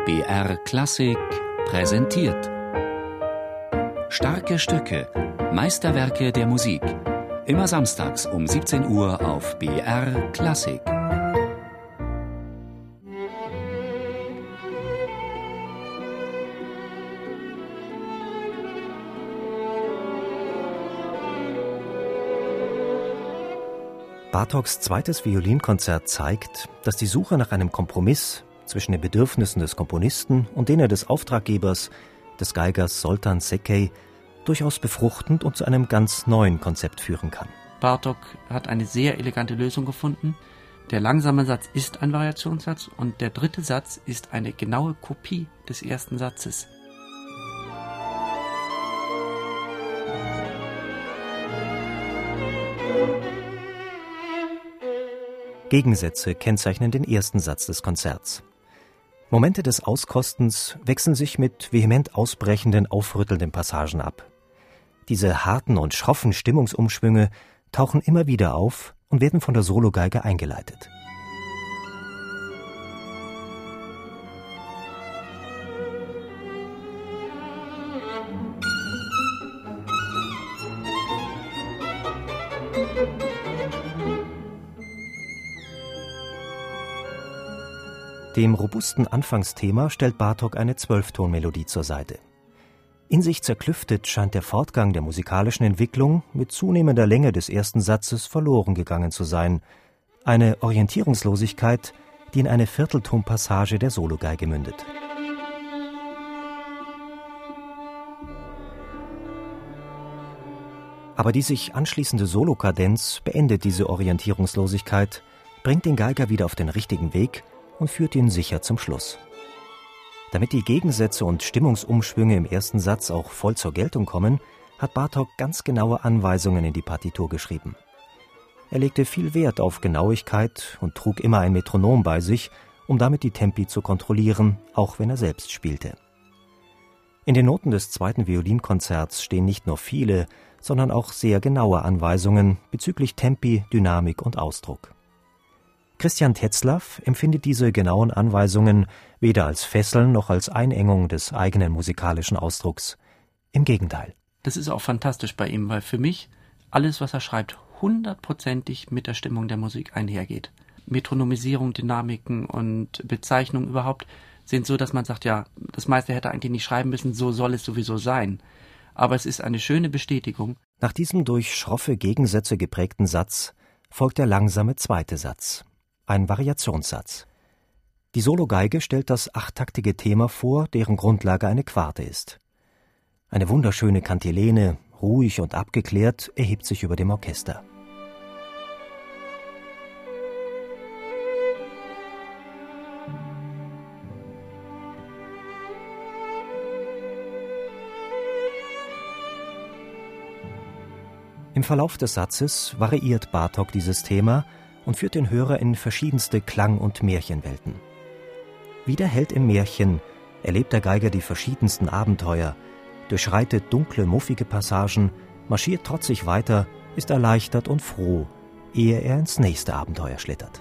BR Klassik präsentiert. Starke Stücke, Meisterwerke der Musik. Immer samstags um 17 Uhr auf BR Klassik. Bartoks zweites Violinkonzert zeigt, dass die Suche nach einem Kompromiss zwischen den Bedürfnissen des Komponisten und denen des Auftraggebers, des Geigers Zoltán Szekely, durchaus befruchtend und zu einem ganz neuen Konzept führen kann. Bartók hat eine sehr elegante Lösung gefunden. Der langsame Satz ist ein Variationssatz und der dritte Satz ist eine genaue Kopie des ersten Satzes. Gegensätze kennzeichnen den ersten Satz des Konzerts. Momente des Auskostens wechseln sich mit vehement ausbrechenden, aufrüttelnden Passagen ab. Diese harten und schroffen Stimmungsumschwünge tauchen immer wieder auf und werden von der Sologeige eingeleitet. Dem robusten Anfangsthema stellt Bartók eine 12-Ton-Melodie zur Seite. In sich zerklüftet scheint der Fortgang der musikalischen Entwicklung mit zunehmender Länge des ersten Satzes verloren gegangen zu sein. Eine Orientierungslosigkeit, die in eine Vierteltonpassage der Sologeige mündet. Aber die sich anschließende Solokadenz beendet diese Orientierungslosigkeit, bringt den Geiger wieder auf den richtigen Weg und führt ihn sicher zum Schluss. Damit die Gegensätze und Stimmungsumschwünge im ersten Satz auch voll zur Geltung kommen, hat Bartók ganz genaue Anweisungen in die Partitur geschrieben. Er legte viel Wert auf Genauigkeit und trug immer ein Metronom bei sich, um damit die Tempi zu kontrollieren, auch wenn er selbst spielte. In den Noten des zweiten Violinkonzerts stehen nicht nur viele, sondern auch sehr genaue Anweisungen bezüglich Tempi, Dynamik und Ausdruck. Christian Tetzlaff empfindet diese genauen Anweisungen weder als Fesseln noch als Einengung des eigenen musikalischen Ausdrucks. Im Gegenteil. Das ist auch fantastisch bei ihm, weil für mich alles, was er schreibt, 100%ig mit der Stimmung der Musik einhergeht. Metronomisierung, Dynamiken und Bezeichnungen überhaupt sind so, dass man sagt, ja, das meiste hätte eigentlich nicht schreiben müssen, so soll es sowieso sein. Aber es ist eine schöne Bestätigung. Nach diesem durch schroffe Gegensätze geprägten Satz folgt der langsame zweite Satz. Ein Variationssatz. Die Sologeige stellt das achttaktige Thema vor, deren Grundlage eine Quarte ist. Eine wunderschöne Kantilene, ruhig und abgeklärt, erhebt sich über dem Orchester. Im Verlauf des Satzes variiert Bartók dieses Thema und führt den Hörer in verschiedenste Klang- und Märchenwelten. Wie der Held im Märchen erlebt der Geiger die verschiedensten Abenteuer, durchschreitet dunkle, muffige Passagen, marschiert trotzig weiter, ist erleichtert und froh, ehe er ins nächste Abenteuer schlittert.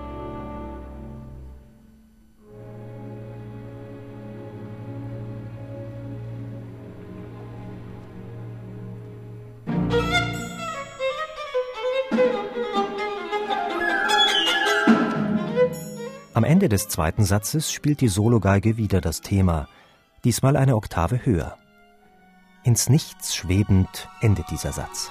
Am Ende des zweiten Satzes spielt die Sologeige wieder das Thema, diesmal eine Oktave höher. Ins Nichts schwebend endet dieser Satz.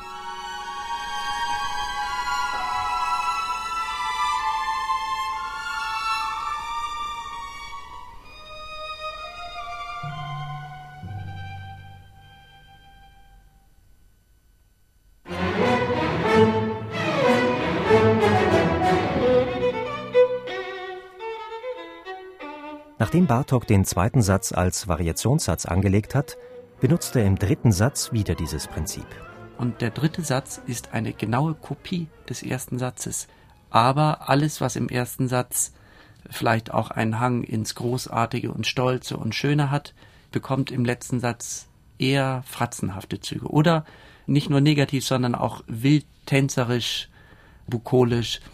Nachdem Bartók den zweiten Satz als Variationssatz angelegt hat, benutzt er im dritten Satz wieder dieses Prinzip. Und der dritte Satz ist eine genaue Kopie des ersten Satzes. Aber alles, was im ersten Satz vielleicht auch einen Hang ins Großartige und Stolze und Schöne hat, bekommt im letzten Satz eher fratzenhafte Züge. Oder nicht nur negativ, sondern auch wild tänzerisch, bukolisch.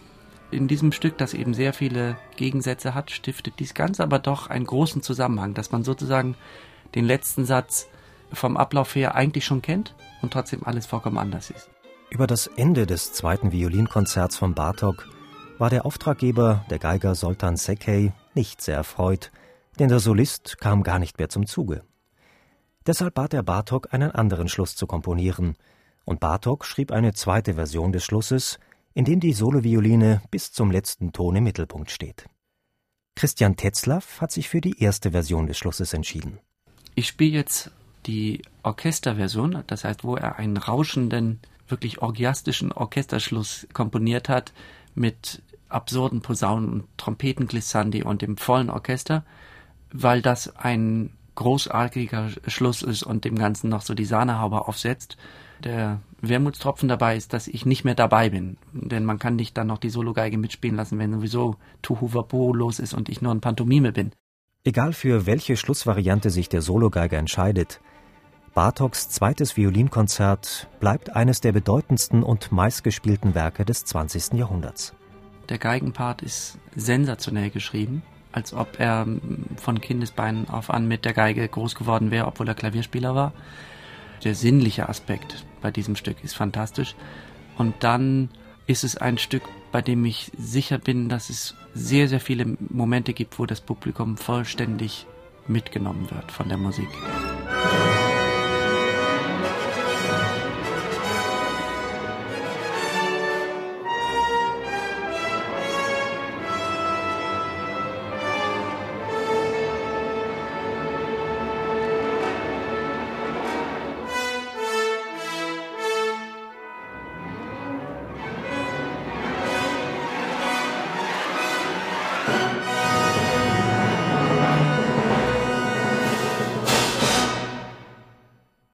in diesem Stück, das eben sehr viele Gegensätze hat, stiftet dies Ganze aber doch einen großen Zusammenhang, dass man sozusagen den letzten Satz vom Ablauf her eigentlich schon kennt und trotzdem alles vollkommen anders ist. Über das Ende des zweiten Violinkonzerts von Bartók war der Auftraggeber, der Geiger Zoltán Székely, nicht sehr erfreut, denn der Solist kam gar nicht mehr zum Zuge. Deshalb bat er Bartók, einen anderen Schluss zu komponieren, und Bartók schrieb eine zweite Version des Schlusses, in dem die Solovioline bis zum letzten Ton im Mittelpunkt steht. Christian Tetzlaff hat sich für die erste Version des Schlusses entschieden. Ich spiele jetzt die Orchesterversion, das heißt, wo er einen rauschenden, wirklich orgiastischen Orchesterschluss komponiert hat mit absurden Posaunen und Trompetenglissandi und dem vollen Orchester, weil das ein großartiger Schluss ist und dem Ganzen noch so die Sahnehaube aufsetzt. Der Wermutstropfen dabei ist, dass ich nicht mehr dabei bin, denn man kann nicht dann noch die Sologeige mitspielen lassen, wenn sowieso Tohu Wabohu los ist und ich nur ein Pantomime bin. Egal für welche Schlussvariante sich der Sologeiger entscheidet, Bartóks zweites Violinkonzert bleibt eines der bedeutendsten und meistgespielten Werke des 20. Jahrhunderts. Der Geigenpart ist sensationell geschrieben, als ob er von Kindesbeinen auf an mit der Geige groß geworden wäre, obwohl er Klavierspieler war. Der sinnliche Aspekt bei diesem Stück ist fantastisch. Und dann ist es ein Stück, bei dem ich sicher bin, dass es sehr, sehr viele Momente gibt, wo das Publikum vollständig mitgenommen wird von der Musik.